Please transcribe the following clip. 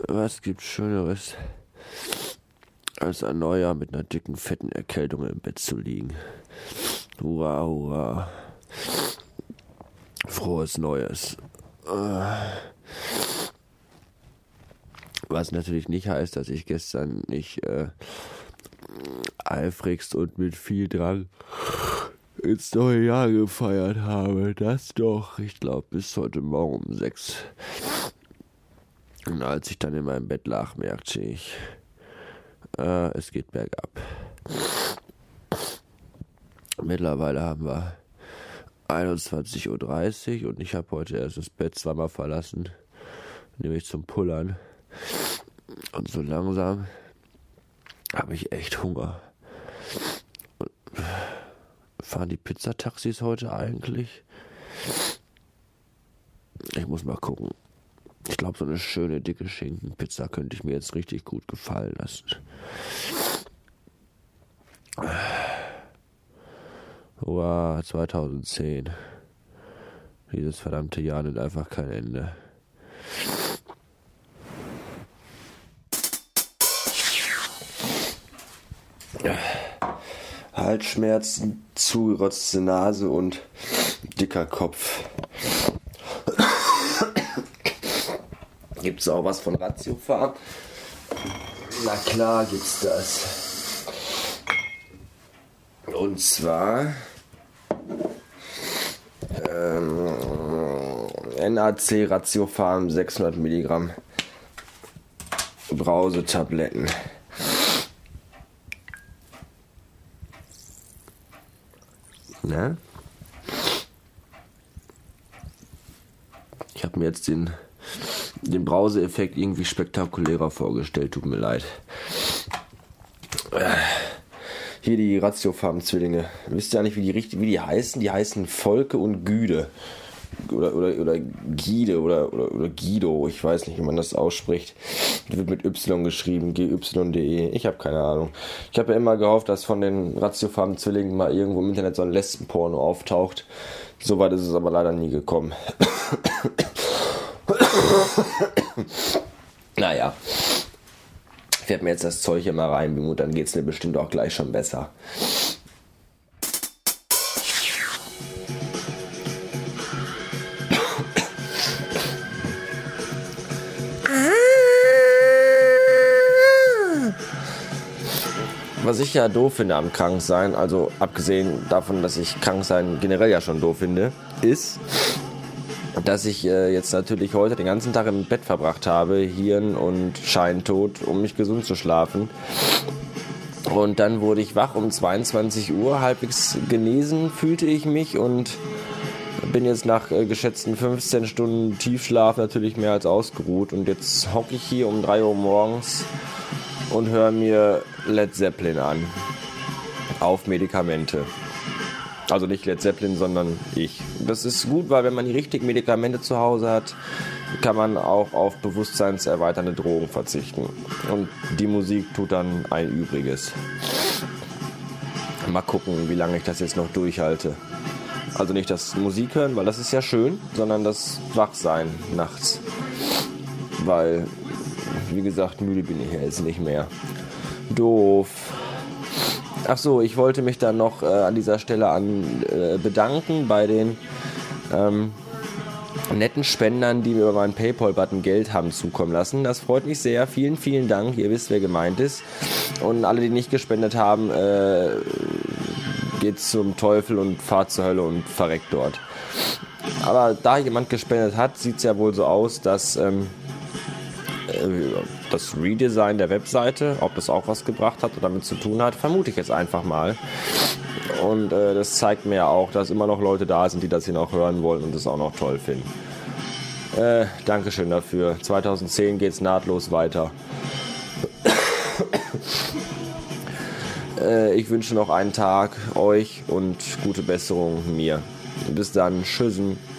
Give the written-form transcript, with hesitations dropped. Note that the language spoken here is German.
Was gibt's Schöneres, als ein Neujahr mit einer dicken, fetten Erkältung im Bett zu liegen? Hurra, hurra. Frohes Neues. Was natürlich nicht heißt, dass ich gestern nicht eifrigst und mit viel Drang ins neue Jahr gefeiert habe. Das doch, ich glaube, bis heute Morgen um 6. Und als ich dann in meinem Bett lag, merkte ich, es geht bergab. Mittlerweile haben wir 21:30 Uhr und ich habe heute erst das Bett zweimal verlassen, nämlich zum Pullern. Und so langsam habe ich echt Hunger. Fahren die Pizzataxis heute eigentlich? Ich muss mal gucken. Ich glaube, so eine schöne, dicke Schinkenpizza könnte ich mir jetzt richtig gut gefallen lassen. Wow, 2010. Dieses verdammte Jahr nimmt einfach kein Ende. Halsschmerzen, zugerotzte Nase und dicker Kopf. Gibt's auch was von Ratiofarm? Na klar gibt's das. Und zwar NAC Ratiofarm 600 Milligramm Brausetabletten. Ne? Ich habe mir jetzt den Brauseeffekt irgendwie spektakulärer vorgestellt, tut mir leid. Hier die Ratiofarm-Zwillinge. Wisst ihr eigentlich, wie die heißen? Die heißen Volke und Güde. Oder Gide oder Guido. Ich weiß nicht, wie man das ausspricht. Das wird mit Y geschrieben, GYDE. Ich habe keine Ahnung. Ich habe ja immer gehofft, dass von den Ratiofarm-Zwillingen mal irgendwo im Internet so ein Lesbenporno auftaucht. So weit ist es aber leider nie gekommen. Naja. Ich werde mir jetzt das Zeug hier mal reinbeamen und dann geht es mir bestimmt auch gleich schon besser. Was ich ja doof finde am Kranksein, also abgesehen davon, dass ich Kranksein generell ja schon doof finde, ist, dass ich jetzt natürlich heute den ganzen Tag im Bett verbracht habe, Hirn und scheintot, um mich gesund zu schlafen. Und dann wurde ich wach um 22 Uhr, halbwegs genesen fühlte ich mich und bin jetzt nach geschätzten 15 Stunden Tiefschlaf natürlich mehr als ausgeruht. Und jetzt hocke ich hier um 3 Uhr morgens und höre mir Led Zeppelin an. Auf Medikamente. Also nicht Led Zeppelin, sondern ich. Das ist gut, weil wenn man die richtigen Medikamente zu Hause hat, kann man auch auf bewusstseinserweiternde Drogen verzichten. Und die Musik tut dann ein Übriges. Mal gucken, wie lange ich das jetzt noch durchhalte. Also nicht das Musik hören, weil das ist ja schön, sondern das Wachsein nachts. Weil, wie gesagt, müde bin ich jetzt nicht mehr. Doof. Ach so, ich wollte mich dann noch an dieser Stelle bedanken bei den netten Spendern, die mir über meinen PayPal-Button Geld haben zukommen lassen. Das freut mich sehr. Vielen, vielen Dank. Ihr wisst, wer gemeint ist. Und alle, die nicht gespendet haben, geht zum Teufel und fahrt zur Hölle und verreckt dort. Aber da jemand gespendet hat, sieht es ja wohl so aus, dass das Redesign der Webseite, ob das auch was gebracht hat oder damit zu tun hat, vermute ich jetzt einfach mal. Und das zeigt mir ja auch, dass immer noch Leute da sind, die das hier noch hören wollen und das auch noch toll finden. Dankeschön dafür. 2010 geht's nahtlos weiter. Ich wünsche noch einen Tag euch und gute Besserung mir. Bis dann. Tschüssen.